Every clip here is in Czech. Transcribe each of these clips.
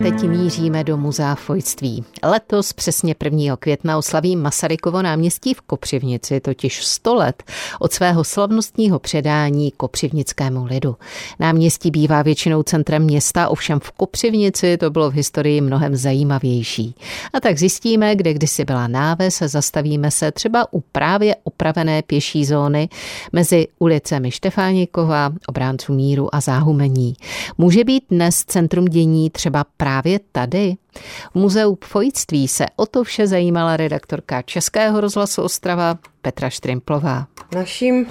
teď míříme do Muzea Fojtství. Letos přesně 1. května oslaví Masarykovo náměstí v Kopřivnici totiž 100 let od svého slavnostního předání kopřivnickému lidu. Náměstí bývá většinou centrem města, ovšem v Kopřivnici to bylo v historii mnohem zajímavější. A tak zjistíme, kde kdysi byla náves a zastavíme se třeba u právě opravené pěší zóny mezi ulicemi Štefánikova, Obránců míru a Záhumení. Může být dnes centrum dění třeba právě tady? V Muzeu Fojtství se o to vše zajímala redaktorka Českého rozhlasu Ostrava Petra Štrimplová. Naším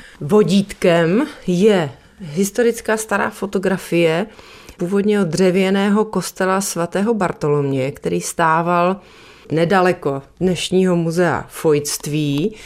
vodítkem je historická stará fotografie původního dřevěného kostela svatého Bartoloměje, který stával nedaleko dnešního Muzea Fojtství.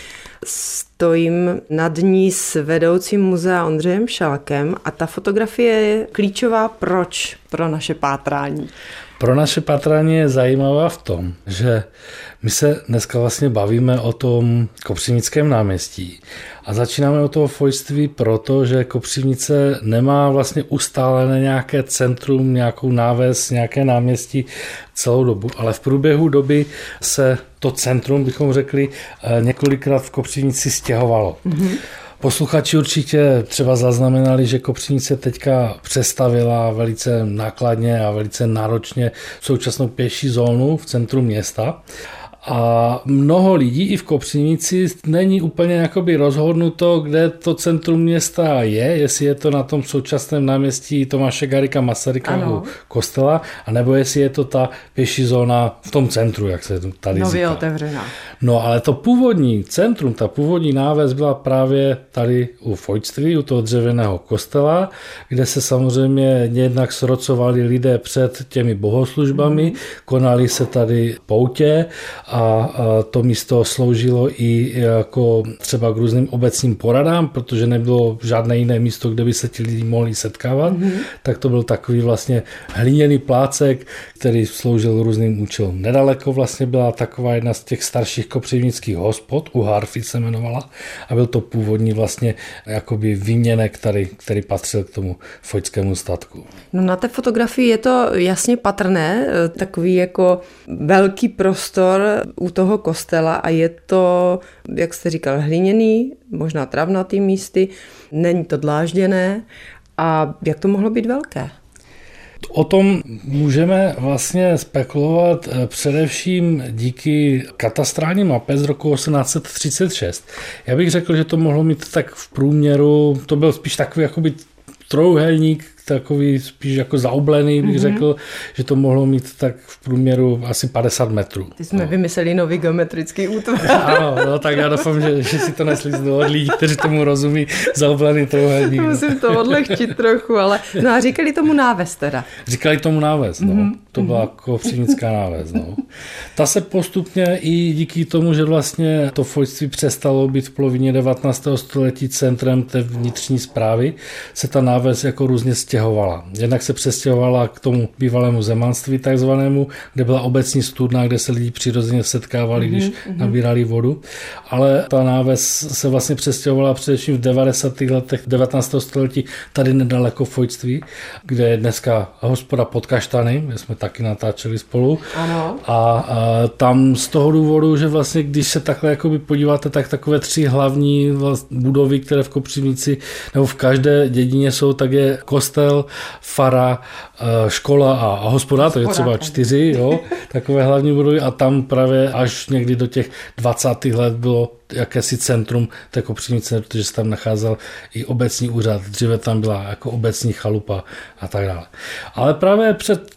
Stojím nad ní s vedoucím muzea Ondřejem Šalkem a ta fotografie je klíčová proč pro naše pátrání? Pro naše pátrání je zajímavá v tom, že my se dneska vlastně bavíme o tom Kopřivnickém náměstí a začínáme o toho Fojtství proto, že Kopřivnice nemá vlastně ustálené nějaké centrum, nějakou náves, nějaké náměstí celou dobu, ale v průběhu doby se to centrum, bychom řekli, několikrát v Kopřivnici stěhovalo. Mm-hmm. Posluchači určitě třeba zaznamenali, že Kopřivnice teďka přestavila velice nákladně a velice náročně současnou pěší zónu v centru města. A mnoho lidí i v Kopřivnici není úplně jakoby rozhodnuto, kde to centrum města je, jestli je to na tom současném náměstí Tomáše Garrigua Masaryka u kostela, anebo jestli je to ta pěší zóna v tom centru, jak se tady nově říká. Otevřená. No ale to původní centrum, ta původní náves byla právě tady u Fojtství, u toho dřevěného kostela, kde se samozřejmě jednak srocovali lidé před těmi bohoslužbami, konali se tady poutě a to místo sloužilo i jako třeba k různým obecním poradám, protože nebylo žádné jiné místo, kde by se ti lidi mohli setkávat, tak to byl takový vlastně hliněný plácek, který sloužil různým účelům. Nedaleko vlastně byla taková jedna z těch starších kopřivnických hospod, u Harfy se jmenovala, a byl to původní vlastně jakoby výměnek, který patřil k tomu fojtskému statku. No na té fotografii je to jasně patrné, takový jako velký prostor u toho kostela a je to, jak jste říkal, hliněný, možná travnatý místy, není to dlážděné a jak to mohlo být velké? O tom můžeme vlastně spekulovat především díky katastrální mapě z roku 1836. Já bych řekl, že to mohlo mít tak v průměru, to byl spíš takový jakoby trojúhelník, takový spíš jako zaoblený, bych řekl, že to mohlo mít tak v průměru asi 50 metrů. Ty jsme vymysleli nový geometrický útvar. Ano, no, tak já doufám, že si to neslíznu od lidí, kteří tomu rozumí, zaoblený trojúhelník. Musím to odlehčit trochu, ale no a říkali tomu náves teda. Říkali tomu náves, no. To byla Kopřivnická náves, no. Ta se postupně i díky tomu, že vlastně to Fojtství přestalo být v polovině 19. století centrem té vnitřní správy, se ta náves jako různě stěhovala. Jednak se přestěhovala k tomu bývalému zemanství takzvanému, kde byla obecní studna, kde se lidi přirozeně setkávali, když nabírali vodu. Ale ta náves se vlastně přestěhovala především v 90. letech 19. století tady nedaleko Fojtství, kde je dneska hospoda Pod Kaštany, kde jsme taky natáčeli spolu. Ano. A tam z toho důvodu, že vlastně když se takhle jakoby podíváte, tak takové 3 hlavní budovy, které v Kopřivnici nebo v každé dědině jsou, tak je kostel, fara, škola a hospoda, to je třeba 4, jo, takové hlavní budovy a tam právě až někdy do těch 20. let bylo jakési centrum té Kopřivnice, protože se tam nacházel i obecní úřad, dříve tam byla jako obecní chalupa a tak dále. Ale právě před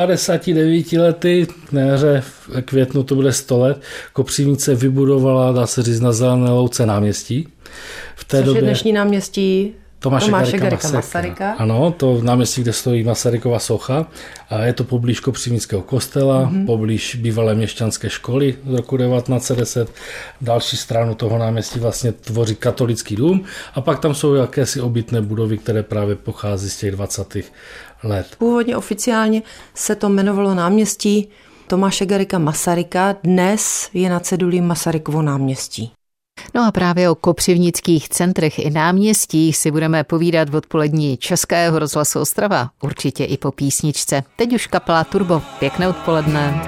99 lety, na jaře v květnu to bude 100 let, Kopřivnice vybudovala, dá se říct, na Zelené louce náměstí. V té době je dnešní náměstí Tomáše Garrigua Masaryka. Ano, to náměstí, kde stojí Masarykova socha. A je to poblíž Kopřivnického kostela, poblíž bývalé měšťanské školy z roku 1910. Další stranu toho náměstí vlastně tvoří katolický dům a pak tam jsou jakési obytné budovy, které právě pochází z těch 20. let. Původně oficiálně se to jmenovalo náměstí Tomáše Garrigua Masaryka, dnes je na ceduli Masarykovo náměstí. No a právě o kopřivnických centrech i náměstích si budeme povídat v odpolední Českého rozhlasu Ostrava, určitě i po písničce. Teď už kapela Turbo. Pěkné odpoledne.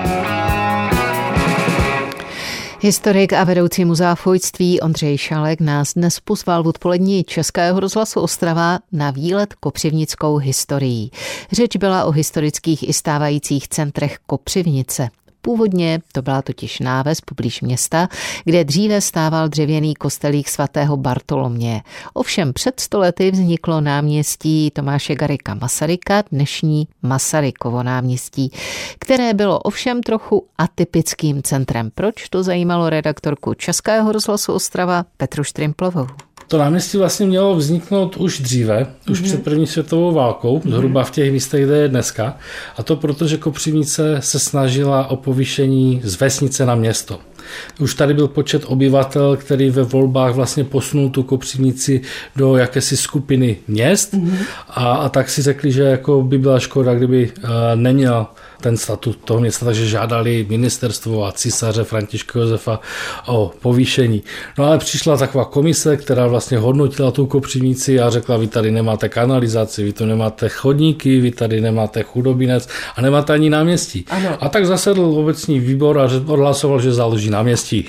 Historik a vedoucí muzea fojtství Ondřej Šalek nás dnes pozval v odpolední Českého rozhlasu Ostrava na výlet kopřivnickou historií. Řeč byla o historických i stávajících centrech Kopřivnice. Původně to byla totiž náves poblíž města, kde dříve stával dřevěný kostelík svatého Bartoloměje. Ovšem před 100 lety vzniklo náměstí Tomáše Garrigua Masaryka, dnešní Masarykovo náměstí, které bylo ovšem trochu atypickým centrem. Proč? To zajímalo redaktorku Českého rozhlasu Ostrava Petru Štrimplovou. To náměstí vlastně mělo vzniknout už dříve, už před první světovou válkou, zhruba v těch místech, kde je dneska. A to proto, že Kopřivnice se snažila o povýšení z vesnice na město. Už tady byl počet obyvatel, který ve volbách vlastně posunul tu Kopřivnici do jakési skupiny měst a tak si řekli, že jako by byla škoda, kdyby neměl ten statut toho města, takže žádali ministerstvo a císaře Františka Josefa o povýšení. No ale přišla taková komise, která vlastně hodnotila tu Kopřivnici a řekla, vy tady nemáte kanalizaci, vy tu nemáte chodníky, vy tady nemáte chudobinec a nemáte ani náměstí. Ano. A tak zasedl obecní výbor a odhlasoval, že založí náměstí.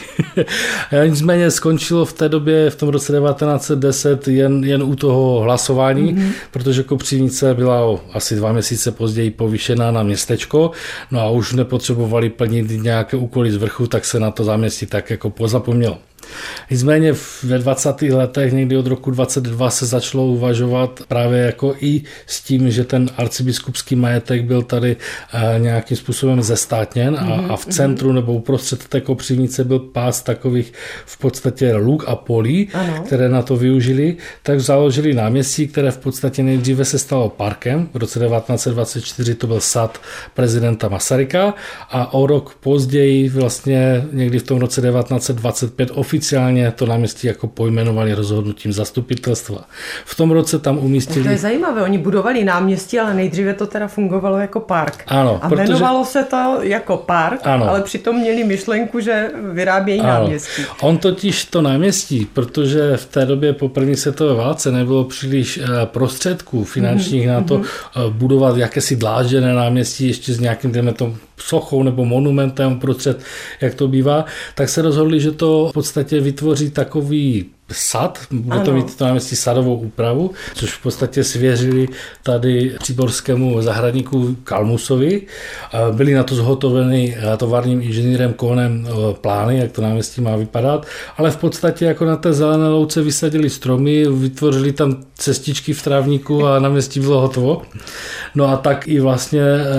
Nicméně skončilo v té době, v tom roce 1910, jen u toho hlasování, protože Kopřivnice byla asi 2 měsíce později povýšená na městečko. No a už nepotřebovali plnit nějaké úkoly z vrchu, tak se na to náměstí tak jako pozapomnělo. Nicméně ve 20. letech, někdy od roku 22, se začalo uvažovat právě jako i s tím, že ten arcibiskupský majetek byl tady nějakým způsobem zestátněn a v centru nebo uprostřed té Kopřivnice byl pás takových v podstatě luk a polí, které na to využili, tak založili náměstí, které v podstatě nejdříve se stalo parkem. V roce 1924 to byl sad prezidenta Masaryka a o rok později vlastně někdy v tom roce 1925 oficiálně to náměstí jako pojmenovali rozhodnutím zastupitelstva. V tom roce tam umístili... To je zajímavé, oni budovali náměstí, ale nejdříve to teda fungovalo jako park. Ano, a jmenovalo se to jako park, ale přitom měli myšlenku, že vyrábějí náměstí. On totiž to náměstí, protože v té době po první světové válce nebylo příliš prostředků finančních na to budovat jakési dlážděné náměstí ještě s nějakým, dejme tomu, sochou nebo monumentem uprostřed, jak to bývá, tak se rozhodli, že to v podstatě vytvoří takový sad, bude to mít to náměstí sadovou úpravu, což v podstatě svěřili tady příborskému zahradníku Kalmusovi. Byli na to zhotoveny továrním inženýrem Kohnem plány, jak to náměstí má vypadat, ale v podstatě jako na té zelené louce vysadili stromy, vytvořili tam cestičky v trávníku a náměstí bylo hotovo. No a tak i vlastně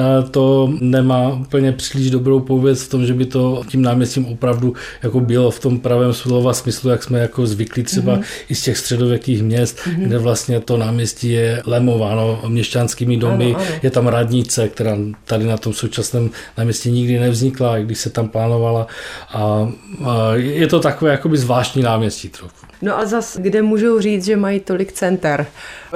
to nemá úplně příliš dobrou pověst v tom, že by to tím náměstím opravdu jako bylo v tom pravém slova smyslu, jak jsme jako zvykli třeba i z těch středověkých měst, kde vlastně to náměstí je lemováno měšťanskými domy, je tam radnice, která tady na tom současném náměstí nikdy nevznikla, i když se tam plánovala a je to takové jakoby zvláštní náměstí trochu. No a zas, kde můžou říct, že mají tolik center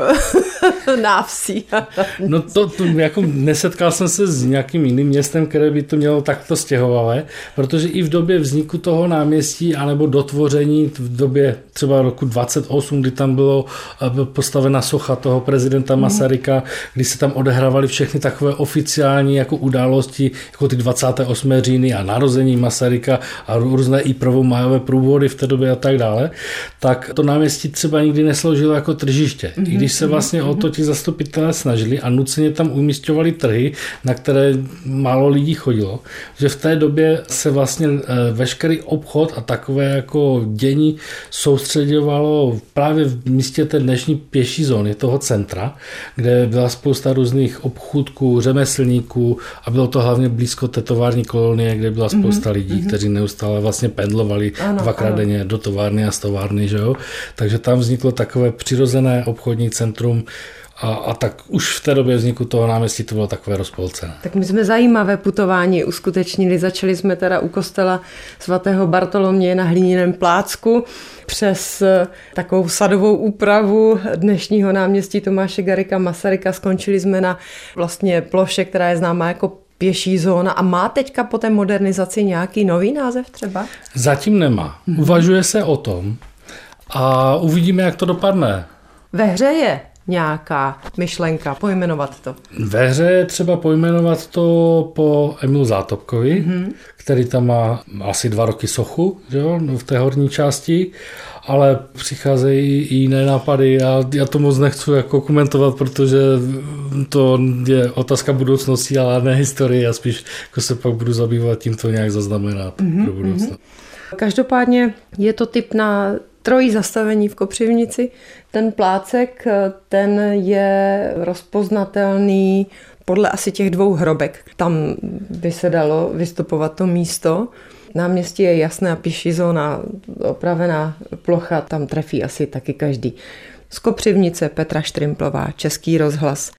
na vsi? No to jako nesetkal jsem se s nějakým jiným městem, které by to mělo takto stěhovalé, protože i v době vzniku toho náměstí anebo dotvoření v době třeba roku 28, kdy tam byla postavena socha toho prezidenta Masaryka, kdy se tam odehrávaly všechny takové oficiální jako události, jako ty 28. říjny a narození Masaryka a různé i prvomájové průvody v té době a tak dále, tak to náměstí třeba nikdy nesloužilo jako tržiště. I když se vlastně o to ti zastupitelé snažili a nuceně tam umísťovali trhy, na které málo lidí chodilo, že v té době se vlastně veškerý obchod a takové jako dění soustředovalo právě v místě té dnešní pěší zóny, toho centra, kde byla spousta různých obchůdků, řemeslníků a bylo to hlavně blízko té tovární kolonie, kde byla spousta lidí, kteří neustále vlastně pendlovali dvakrát denně do továrny a z továrny, že jo? Takže tam vzniklo takové přirozené obchodní centrum a tak už v té době vzniku toho náměstí to bylo takové rozpolcené. Tak my jsme zajímavé putování uskutečnili. Začali jsme teda u kostela svatého Bartoloměje na Hliněném plácku přes takovou sadovou úpravu dnešního náměstí Tomáše Garrigua Masaryka. Skončili jsme na vlastně ploše, která je známá jako pěší zóna a má teďka po té modernizaci nějaký nový název třeba? Zatím nemá. Uvažuje se o tom a uvidíme, jak to dopadne. Ve hře je nějaká myšlenka pojmenovat to? Ve hře je třeba pojmenovat to po Emilu Zátopkovi, který tam má asi 2 roky sochu, že jo, v té horní části, ale přicházejí i jiné nápady a já to moc nechci jako komentovat, protože to je otázka budoucnosti, ale ne historie a spíš jako se pak budu zabývat tím to nějak zaznamenat pro budoucnost. Každopádně je to typ na trojí zastavení v Kopřivnici. Ten plácek, ten je rozpoznatelný podle asi těch 2 hrobek. Tam by se dalo vystupovat to místo. Náměstí je jasná pěší zóna, opravená plocha, tam trefí asi taky každý. Z Kopřivnice Petra Štrimplová, Český rozhlas.